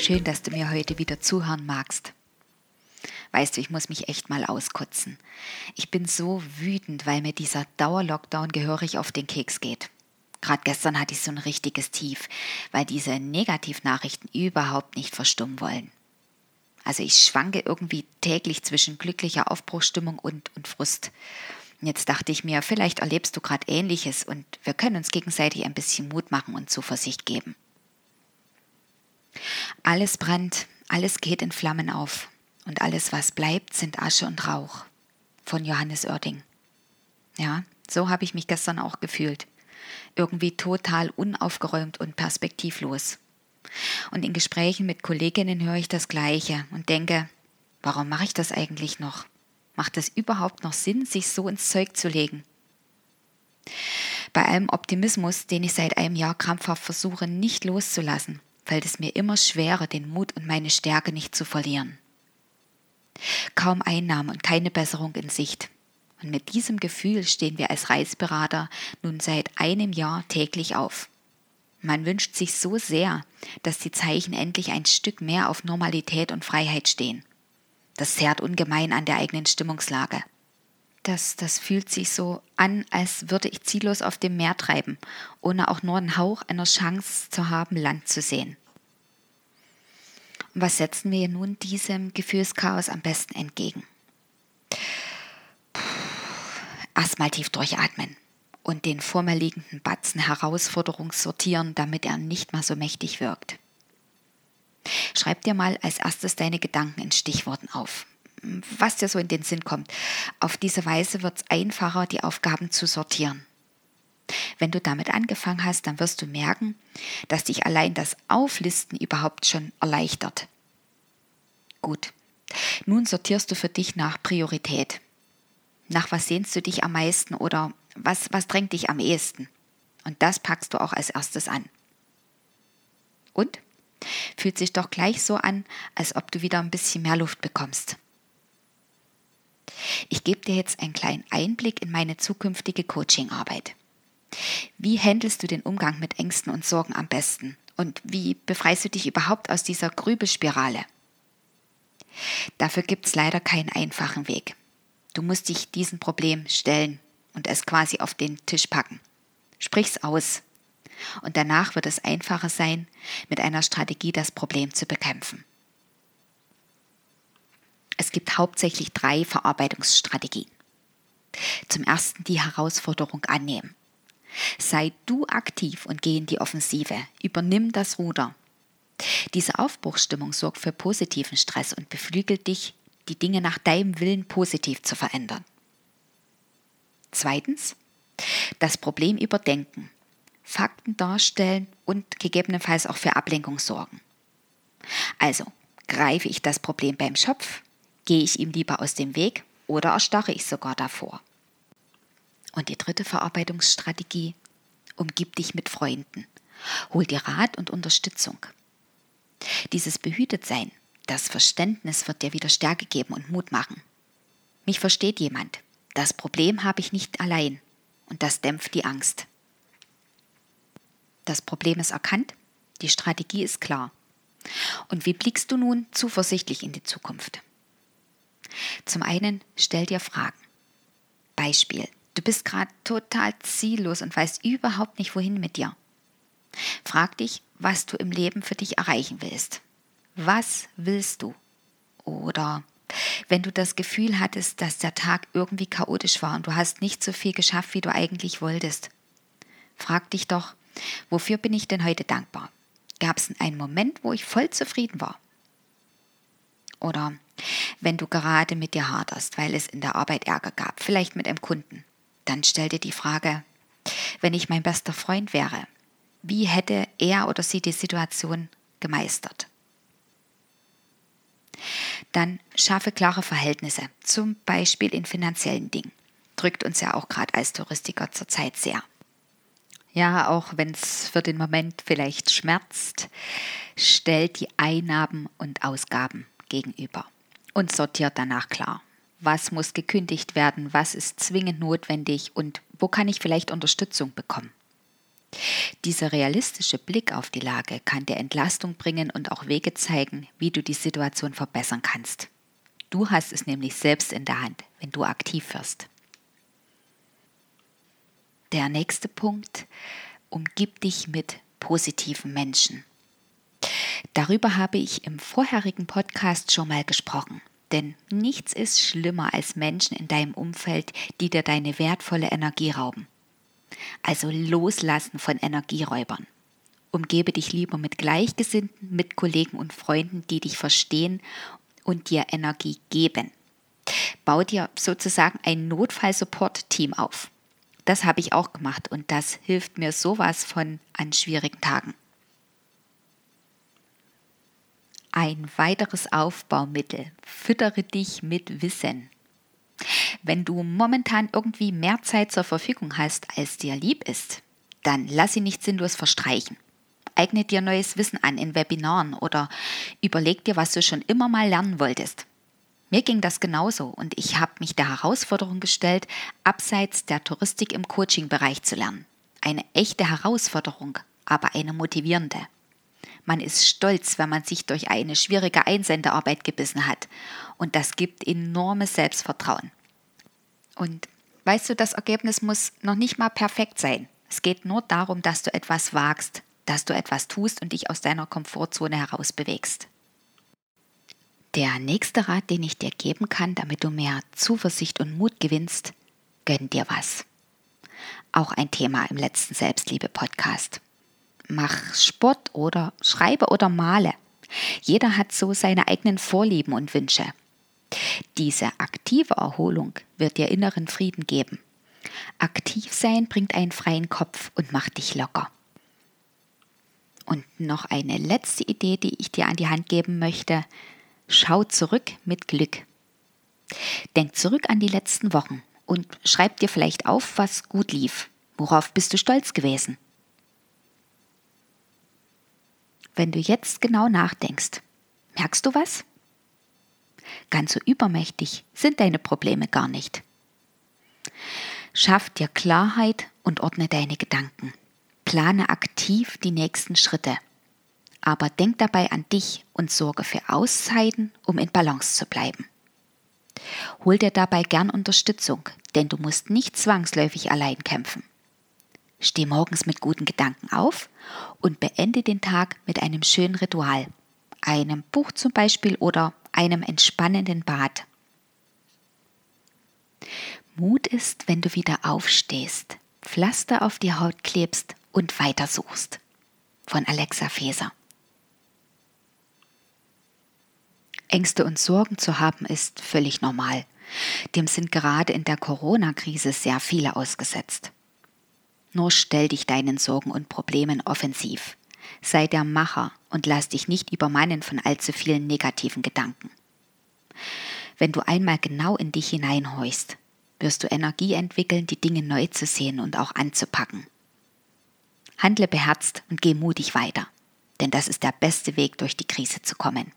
Schön, dass du mir heute wieder zuhören magst. Weißt du, ich muss mich echt mal auskotzen. Ich bin so wütend, weil mir dieser Dauerlockdown gehörig auf den Keks geht. Gerade gestern hatte ich so ein richtiges Tief, weil diese Negativnachrichten überhaupt nicht verstummen wollen. Also ich schwanke irgendwie täglich zwischen glücklicher Aufbruchsstimmung und Frust. Und jetzt dachte ich mir, vielleicht erlebst du gerade Ähnliches und wir können uns gegenseitig ein bisschen Mut machen und Zuversicht geben. Alles brennt, alles geht in Flammen auf und alles, was bleibt, sind Asche und Rauch. Von Johannes Oerding. Ja, so habe ich mich gestern auch gefühlt. Irgendwie total unaufgeräumt und perspektivlos. Und in Gesprächen mit Kolleginnen höre ich das Gleiche und denke, warum mache ich das eigentlich noch? Macht es überhaupt noch Sinn, sich so ins Zeug zu legen? Bei allem Optimismus, den ich seit einem Jahr krampfhaft versuche, nicht loszulassen, fällt es mir immer schwerer, den Mut und meine Stärke nicht zu verlieren. Kaum Einnahmen und keine Besserung in Sicht. Und mit diesem Gefühl stehen wir als Reiseberater nun seit einem Jahr täglich auf. Man wünscht sich so sehr, dass die Zeichen endlich ein Stück mehr auf Normalität und Freiheit stehen. Das zerrt ungemein an der eigenen Stimmungslage. Das fühlt sich so an, als würde ich ziellos auf dem Meer treiben, ohne auch nur einen Hauch einer Chance zu haben, Land zu sehen. Und was setzen wir nun diesem Gefühlschaos am besten entgegen? Erstmal tief durchatmen und den vor mir liegenden Batzen Herausforderung sortieren, damit er nicht mehr so mächtig wirkt. Schreib dir mal als erstes deine Gedanken in Stichworten auf, was dir so in den Sinn kommt. Auf diese Weise wird es einfacher, die Aufgaben zu sortieren. Wenn du damit angefangen hast, dann wirst du merken, dass dich allein das Auflisten überhaupt schon erleichtert. Gut, nun sortierst du für dich nach Priorität. Nach was sehnst du dich am meisten oder was drängt dich am ehesten? Und das packst du auch als erstes an. Und? Fühlt sich doch gleich so an, als ob du wieder ein bisschen mehr Luft bekommst. Ich gebe dir jetzt einen kleinen Einblick in meine zukünftige Coachingarbeit. Wie handelst du den Umgang mit Ängsten und Sorgen am besten? Und wie befreist du dich überhaupt aus dieser Grübelspirale? Dafür gibt es leider keinen einfachen Weg. Du musst dich diesem Problem stellen und es quasi auf den Tisch packen. Sprich's aus. Und danach wird es einfacher sein, mit einer Strategie das Problem zu bekämpfen. Es gibt hauptsächlich 3 Verarbeitungsstrategien. Zum ersten die Herausforderung annehmen. Sei du aktiv und geh in die Offensive. Übernimm das Ruder. Diese Aufbruchsstimmung sorgt für positiven Stress und beflügelt dich, die Dinge nach deinem Willen positiv zu verändern. Zweitens, das Problem überdenken. Fakten darstellen und gegebenenfalls auch für Ablenkung sorgen. Also, greife ich das Problem beim Schopf, gehe ich ihm lieber aus dem Weg oder erstarre ich sogar davor. Und die dritte Verarbeitungsstrategie, umgib dich mit Freunden. Hol dir Rat und Unterstützung. Dieses Behütetsein, das Verständnis wird dir wieder Stärke geben und Mut machen. Mich versteht jemand. Das Problem habe ich nicht allein und das dämpft die Angst. Das Problem ist erkannt, die Strategie ist klar. Und wie blickst du nun zuversichtlich in die Zukunft? Zum einen stell dir Fragen. Beispiel, du bist gerade total ziellos und weißt überhaupt nicht, wohin mit dir. Frag dich, was du im Leben für dich erreichen willst. Was willst du? Oder wenn du das Gefühl hattest, dass der Tag irgendwie chaotisch war und du hast nicht so viel geschafft, wie du eigentlich wolltest. Frag dich doch, wofür bin ich denn heute dankbar? Gab es einen Moment, wo ich voll zufrieden war? Oder wenn du gerade mit dir haderst, weil es in der Arbeit Ärger gab, vielleicht mit einem Kunden, dann stell dir die Frage, wenn ich mein bester Freund wäre, wie hätte er oder sie die Situation gemeistert? Dann schaffe klare Verhältnisse, zum Beispiel in finanziellen Dingen. Drückt uns ja auch gerade als Touristiker zurzeit sehr. Ja, auch wenn es für den Moment vielleicht schmerzt, stellt die Einnahmen und Ausgaben gegenüber und sortiert danach klar. Was muss gekündigt werden, was ist zwingend notwendig und wo kann ich vielleicht Unterstützung bekommen? Dieser realistische Blick auf die Lage kann dir Entlastung bringen und auch Wege zeigen, wie du die Situation verbessern kannst. Du hast es nämlich selbst in der Hand, wenn du aktiv wirst. Der nächste Punkt: Umgib dich mit positiven Menschen. Darüber habe ich im vorherigen Podcast schon mal gesprochen. Denn nichts ist schlimmer als Menschen in deinem Umfeld, die dir deine wertvolle Energie rauben. Also loslassen von Energieräubern. Umgebe dich lieber mit Gleichgesinnten, mit Kollegen und Freunden, die dich verstehen und dir Energie geben. Bau dir sozusagen ein Notfall-Support-Team auf. Das habe ich auch gemacht und das hilft mir sowas von an schwierigen Tagen. Ein weiteres Aufbaumittel: Füttere dich mit Wissen. Wenn du momentan irgendwie mehr Zeit zur Verfügung hast, als dir lieb ist, dann lass sie nicht sinnlos verstreichen. Eigne dir neues Wissen an in Webinaren oder überleg dir, was du schon immer mal lernen wolltest. Mir ging das genauso und ich habe mich der Herausforderung gestellt, abseits der Touristik im Coaching-Bereich zu lernen. Eine echte Herausforderung, aber eine motivierende. Man ist stolz, wenn man sich durch eine schwierige Einsendearbeit gebissen hat. Und das gibt enormes Selbstvertrauen. Und weißt du, das Ergebnis muss noch nicht mal perfekt sein. Es geht nur darum, dass du etwas wagst, dass du etwas tust und dich aus deiner Komfortzone herausbewegst. Der nächste Rat, den ich dir geben kann, damit du mehr Zuversicht und Mut gewinnst: Gönn dir was. Auch ein Thema im letzten Selbstliebe-Podcast. Mach Sport oder schreibe oder male. Jeder hat so seine eigenen Vorlieben und Wünsche. Diese aktive Erholung wird dir inneren Frieden geben. Aktiv sein bringt einen freien Kopf und macht dich locker. Und noch eine letzte Idee, die ich dir an die Hand geben möchte: Schau zurück mit Glück. Denk zurück an die letzten Wochen und schreib dir vielleicht auf, was gut lief. Worauf bist du stolz gewesen? Wenn du jetzt genau nachdenkst, merkst du was? Ganz so übermächtig sind deine Probleme gar nicht. Schaff dir Klarheit und ordne deine Gedanken. Plane aktiv die nächsten Schritte. Aber denk dabei an dich und sorge für Auszeiten, um in Balance zu bleiben. Hol dir dabei gern Unterstützung, denn du musst nicht zwangsläufig allein kämpfen. Steh morgens mit guten Gedanken auf und beende den Tag mit einem schönen Ritual, einem Buch zum Beispiel oder einem entspannenden Bad. Mut ist, wenn du wieder aufstehst, Pflaster auf die Haut klebst und weitersuchst. Von Alexa Feser. Ängste und Sorgen zu haben ist völlig normal. Dem sind gerade in der Corona-Krise sehr viele ausgesetzt. Nur stell dich deinen Sorgen und Problemen offensiv. Sei der Macher und lass dich nicht übermannen von allzu vielen negativen Gedanken. Wenn du einmal genau in dich hineinhorchst, wirst du Energie entwickeln, die Dinge neu zu sehen und auch anzupacken. Handle beherzt und geh mutig weiter, denn das ist der beste Weg, durch die Krise zu kommen.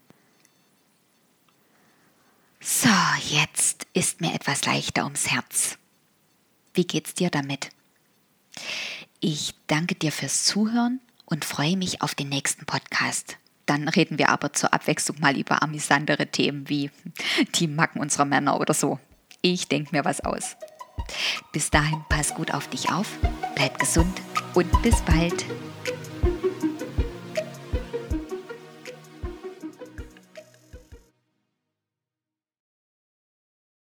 So, jetzt ist mir etwas leichter ums Herz. Wie geht's dir damit? Ich danke dir fürs Zuhören und freue mich auf den nächsten Podcast. Dann reden wir aber zur Abwechslung mal über amüsantere Themen wie die Macken unserer Männer oder so. Ich denke mir was aus. Bis dahin, pass gut auf dich auf, bleib gesund und bis bald.